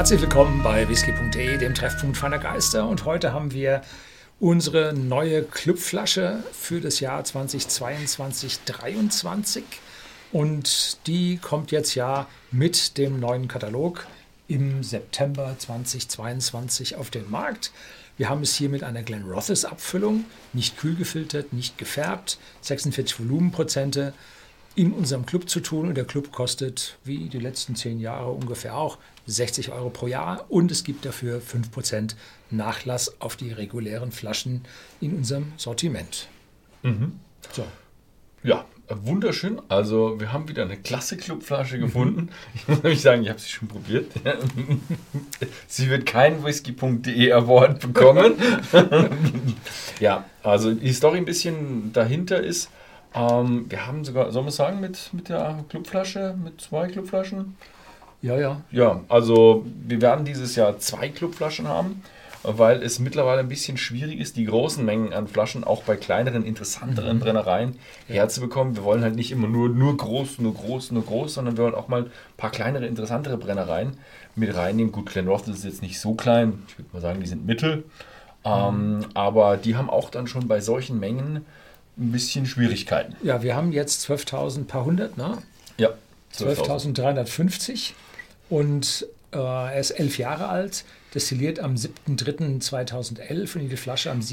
Herzlich willkommen bei whisky.de, dem Treffpunkt feiner Geister. Und heute haben wir unsere neue Clubflasche für das Jahr 2022-23. Und die kommt jetzt ja mit dem neuen Katalog im September 2022 auf den Markt. Wir haben es hier mit einer Glenrothes Abfüllung, nicht kühl gefiltert, nicht gefärbt, 46 Volumenprozente in unserem Club zu tun. Und der Club kostet, wie die letzten 10 Jahre ungefähr auch, 60 Euro pro Jahr. Und es gibt dafür 5% Nachlass auf die regulären Flaschen in unserem Sortiment. So. Ja, wunderschön. Also wir haben wieder eine klasse Clubflasche gefunden. Ich muss nämlich sagen, ich habe sie schon probiert. Sie wird keinen whisky.de Award bekommen. Ja, also die Story ein bisschen dahinter ist, wir haben sogar, sollen wir sagen, mit der Clubflasche, mit 2 Clubflaschen? Ja. Ja, also wir werden dieses Jahr 2 Clubflaschen haben, weil es mittlerweile ein bisschen schwierig ist, die großen Mengen an Flaschen auch bei kleineren, interessanteren Brennereien herzubekommen. Wir wollen halt nicht immer nur groß, sondern wir wollen auch mal ein paar kleinere, interessantere Brennereien mit reinnehmen. Gut, Glenrothes ist jetzt nicht so klein, ich würde mal sagen, die sind mittel, aber die haben auch dann schon bei solchen Mengen ein bisschen Schwierigkeiten. Ja, wir haben jetzt 12.000 paar 100, ne? Ja. 12.350 und er ist 11 Jahre alt, destilliert am 7.3.2011 und in die Flasche am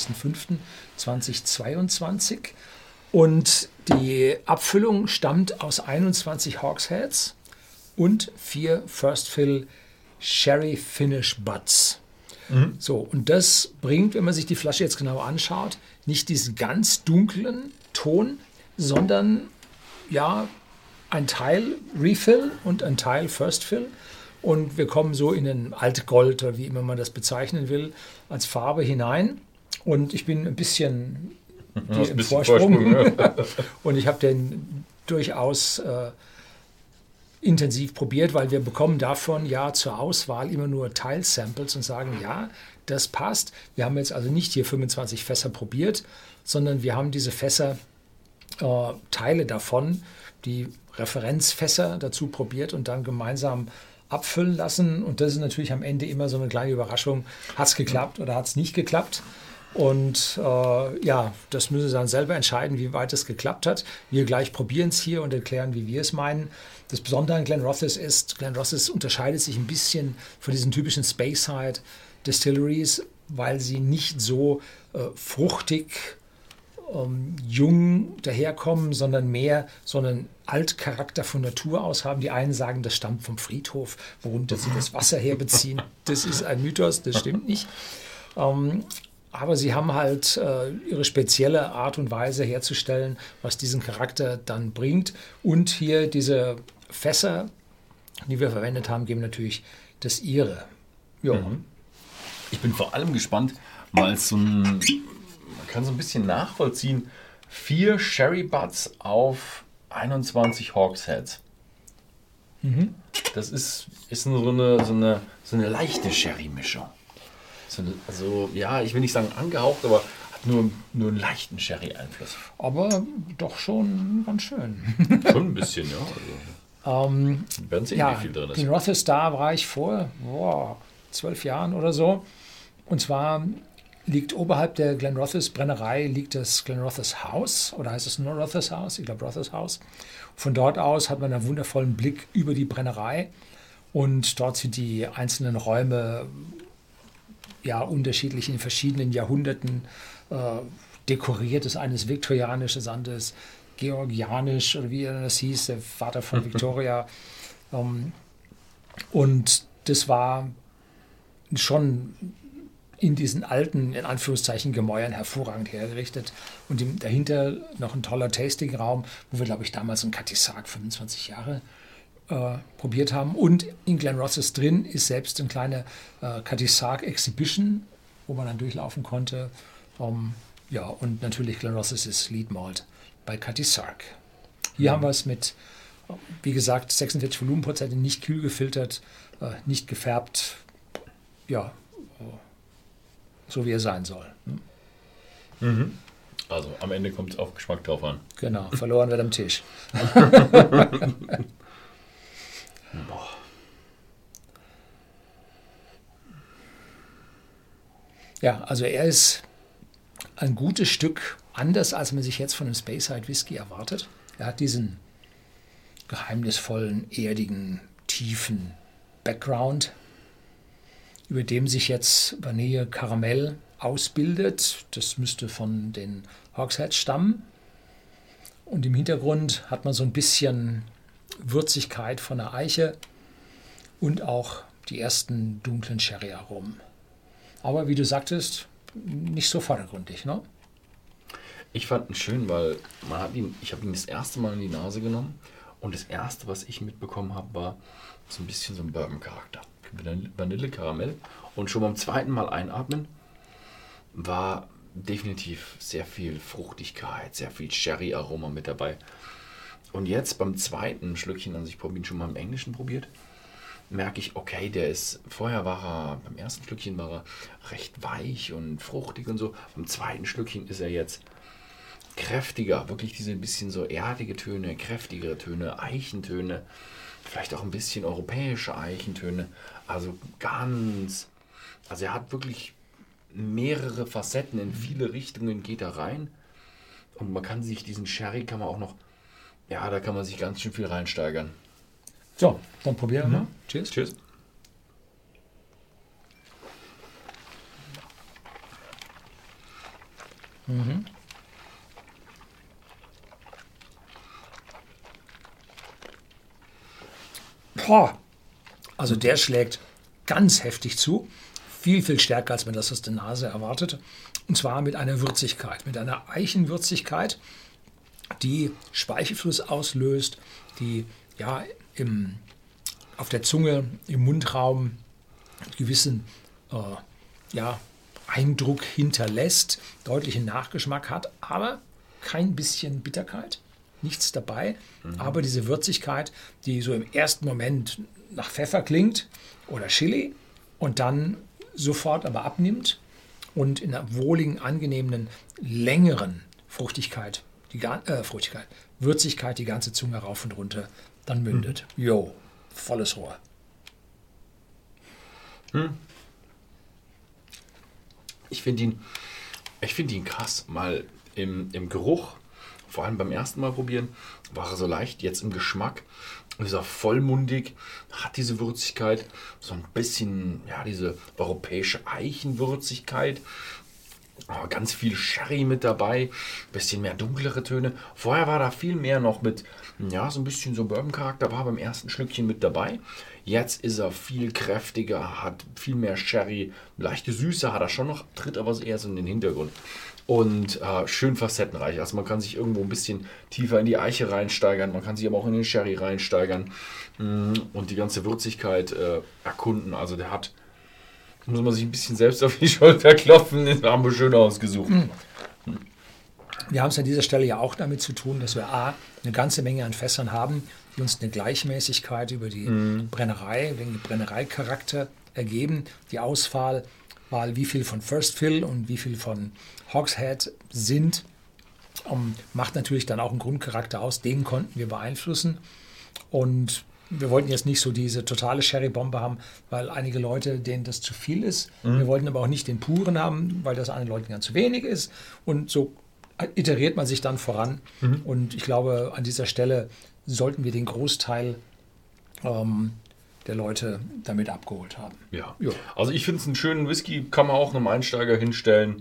27.05.2022. Und die Abfüllung stammt aus 21 Hogsheads und 4 First Fill Sherry Finish Butts. So, und das bringt, wenn man sich die Flasche jetzt genau anschaut, nicht diesen ganz dunklen Ton, sondern ja, ein Teil Refill und ein Teil First Fill. Und wir kommen so in den Altgold, oder wie immer man das bezeichnen will, als Farbe hinein. Und ich bin ein bisschen im Vorsprung. Ja. Und ich habe den durchaus intensiv probiert, weil wir bekommen davon ja zur Auswahl immer nur Teilsamples und sagen, ja, das passt. Wir haben jetzt also nicht hier 25 Fässer probiert, sondern wir haben diese Fässer, Teile davon, die Referenzfässer dazu probiert und dann gemeinsam abfüllen lassen. Und das ist natürlich am Ende immer so eine kleine Überraschung. Hat es geklappt oder hat es nicht geklappt? Und ja, das müssen Sie dann selber entscheiden, wie weit es geklappt hat. Wir gleich probieren es hier und erklären, wie wir es meinen. Das Besondere an Glenrothes ist, Glenrothes unterscheidet sich ein bisschen von diesen typischen Speyside Distilleries, weil sie nicht so fruchtig, jung daherkommen, sondern mehr so einen Altcharakter von Natur aus haben. Die einen sagen, das stammt vom Friedhof, worunter sie das Wasser herbeziehen. Das ist ein Mythos, das stimmt nicht. Aber sie haben halt ihre spezielle Art und Weise herzustellen, was diesen Charakter dann bringt. Und hier diese Fässer, die wir verwendet haben, geben natürlich das ihre. Ja. Ich bin vor allem gespannt, weil es man kann so ein bisschen nachvollziehen, 4 Sherry Butts auf 21 Hogsheads. Das ist so eine leichte Sherry-Mischung. Also, ja, ich will nicht sagen angehaucht, aber hat nur einen leichten Sherry-Einfluss. Aber doch schon ganz schön. Schon ein bisschen, ja. Also, werden sehen, wie viel drin ist. Glenrothes, da war ich vor 12 Jahren oder so. Und zwar liegt oberhalb der Glenrothes Brennerei liegt das Glenrothes Haus, oder heißt es nur Rothes Haus? Ich glaube Rothes Haus. Von dort aus hat man einen wundervollen Blick über die Brennerei und dort sind die einzelnen Räume ja unterschiedlich in verschiedenen Jahrhunderten dekoriert. Das eine ist viktorianisch, das andere ist georgianisch oder wie das hieß, der Vater von Victoria. Und das war schon in diesen alten, in Anführungszeichen, Gemäuern hervorragend hergerichtet. Und dahinter noch ein toller Tasting-Raum, wo wir, glaube ich, damals einen Catissac 25 Jahre probiert haben. Und in Glenrothes drin ist selbst eine kleine Catissac Exhibition, wo man dann durchlaufen konnte. Ja, und natürlich Glenrothes ist Lead Malt bei Catissac. Hier haben wir es mit, wie gesagt, 46 Volumenprozente, nicht kühl gefiltert, nicht gefärbt. Ja, so wie er sein soll. Also am Ende kommt es auf Geschmack drauf an. Genau, verloren wird am Tisch. Ja, also er ist ein gutes Stück anders, als man sich jetzt von einem Speyside Whisky erwartet. Er hat diesen geheimnisvollen, erdigen, tiefen Background, über dem sich jetzt Vanille Karamell ausbildet. Das müsste von den Hogsheads stammen. Und im Hintergrund hat man so ein bisschen Würzigkeit von der Eiche und auch die ersten dunklen Sherry-Aromen. Aber wie du sagtest, nicht so vordergründig, ne? Ich fand ihn schön, weil ich habe ihn das erste Mal in die Nase genommen und das erste, was ich mitbekommen habe, war so ein bisschen so ein Bourbon-Charakter. Vanille, Karamell. Und schon beim zweiten Mal einatmen war definitiv sehr viel Fruchtigkeit, sehr viel Sherry-Aroma mit dabei. Und jetzt beim zweiten Schlückchen, also ich habe ihn schon mal im Englischen probiert, merke ich, okay, beim ersten Schlückchen war er recht weich und fruchtig und so. Beim zweiten Schlückchen ist er jetzt kräftiger, wirklich diese ein bisschen so erdige Töne, kräftigere Töne, Eichentöne, vielleicht auch ein bisschen europäische Eichentöne. Also er hat wirklich mehrere Facetten, in viele Richtungen geht er rein. Und man kann sich diesen Sherry kann man auch noch, ja, da kann man sich ganz schön viel reinsteigern. So, dann probieren wir mal. Cheers. Cheers. Boah, also der schlägt ganz heftig zu. Viel, viel stärker, als man das aus der Nase erwartet. Und zwar mit einer Würzigkeit, mit einer Eichenwürzigkeit, die Speichelfluss auslöst, die ja auf der Zunge, im Mundraum einen gewissen Eindruck hinterlässt, deutlichen Nachgeschmack hat, aber kein bisschen Bitterkeit, nichts dabei. Aber diese Würzigkeit, die so im ersten Moment nach Pfeffer klingt oder Chili und dann sofort aber abnimmt und in einer wohligen, angenehmen, längeren Würzigkeit die ganze Zunge rauf und runter dann mündet. Jo, volles Rohr. Ich finde ihn krass, mal im Geruch, vor allem beim ersten Mal probieren, war er so leicht, jetzt im Geschmack ist er vollmundig, hat diese Würzigkeit, so ein bisschen, ja, diese europäische Eichenwürzigkeit, ganz viel Sherry mit dabei, bisschen mehr dunklere Töne. Vorher war da viel mehr noch mit, ja, so ein bisschen so Bourbon-Charakter, war beim ersten Schlückchen mit dabei. Jetzt ist er viel kräftiger, hat viel mehr Sherry, leichte Süße hat er schon noch, tritt aber eher so in den Hintergrund. Und schön facettenreich. Also man kann sich irgendwo ein bisschen tiefer in die Eiche reinsteigern, man kann sich aber auch in den Sherry reinsteigern und die ganze Würzigkeit erkunden. Also der hat, muss man sich ein bisschen selbst auf die Schulter klopfen, das haben wir schön ausgesucht. Wir haben es an dieser Stelle ja auch damit zu tun, dass wir eine ganze Menge an Fässern haben, die uns eine Gleichmäßigkeit über die Brennerei, den Brennereicharakter ergeben. Die Auswahl, wie viel von First Fill und wie viel von Hogshead sind, macht natürlich dann auch einen Grundcharakter aus. Den konnten wir beeinflussen. Und wir wollten jetzt nicht so diese totale Sherry-Bombe haben, weil einige Leute, denen das zu viel ist. Wir wollten aber auch nicht den puren haben, weil das anderen Leuten ganz zu wenig ist. Und so iteriert man sich dann voran. Und ich glaube, an dieser Stelle sollten wir den Großteil der Leute damit abgeholt haben. Ja. Also ich finde es einen schönen Whisky, kann man auch einem Einsteiger hinstellen.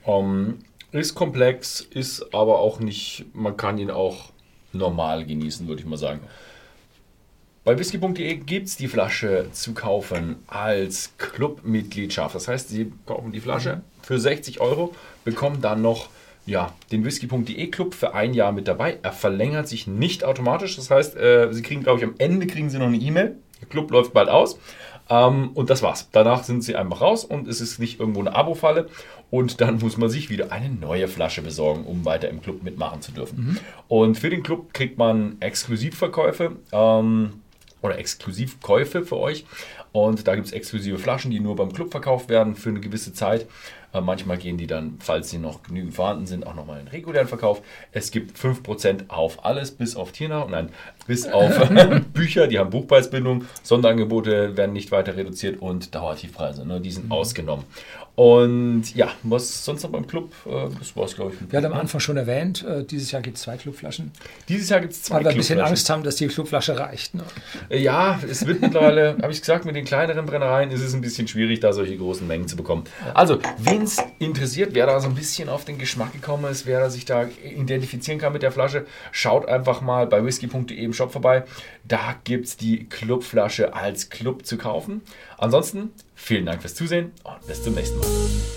Ist komplex, ist aber auch nicht, man kann ihn auch normal genießen, würde ich mal sagen. Bei whisky.de gibt es die Flasche zu kaufen als Clubmitgliedschaft. Das heißt, Sie kaufen die Flasche für 60 €, bekommen dann noch den whisky.de Club für ein Jahr mit dabei. Er verlängert sich nicht automatisch. Das heißt, Sie kriegen, glaube ich, am Ende kriegen Sie noch eine E-Mail. Der Club läuft bald aus. Und das war's. Danach sind Sie einfach raus und es ist nicht irgendwo eine Abo-Falle. Und dann muss man sich wieder eine neue Flasche besorgen, um weiter im Club mitmachen zu dürfen. Und für den Club kriegt man Exklusivverkäufe oder Exklusivkäufe für euch. Und da gibt es exklusive Flaschen, die nur beim Club verkauft werden für eine gewisse Zeit. Manchmal gehen die dann, falls sie noch genügend vorhanden sind, auch nochmal in den regulären Verkauf. Es gibt 5% auf alles, bis auf Tiernahrung. Nein, bis auf Bücher, die haben Buchpreisbindung, Sonderangebote werden nicht weiter reduziert und Dauertiefpreise, ne, die sind ausgenommen. Und ja, was sonst noch beim Club? Das war es, glaube ich. Wir hatten am Anfang schon erwähnt, dieses Jahr gibt es 2 Clubflaschen. Dieses Jahr gibt es 2 Weil wir ein Clubflaschen. bisschen Angst haben, dass die Clubflasche reicht. Ne? Ja, es wird mittlerweile, habe ich gesagt, mit den kleineren Brennereien ist es ein bisschen schwierig, da solche großen Mengen zu bekommen. Also, wen es interessiert, wer da so ein bisschen auf den Geschmack gekommen ist, wer da sich da identifizieren kann mit der Flasche, schaut einfach mal bei whisky.de im Shop vorbei. Da gibt es die Clubflasche als Club zu kaufen. Ansonsten, vielen Dank fürs Zusehen und bis zum nächsten Mal.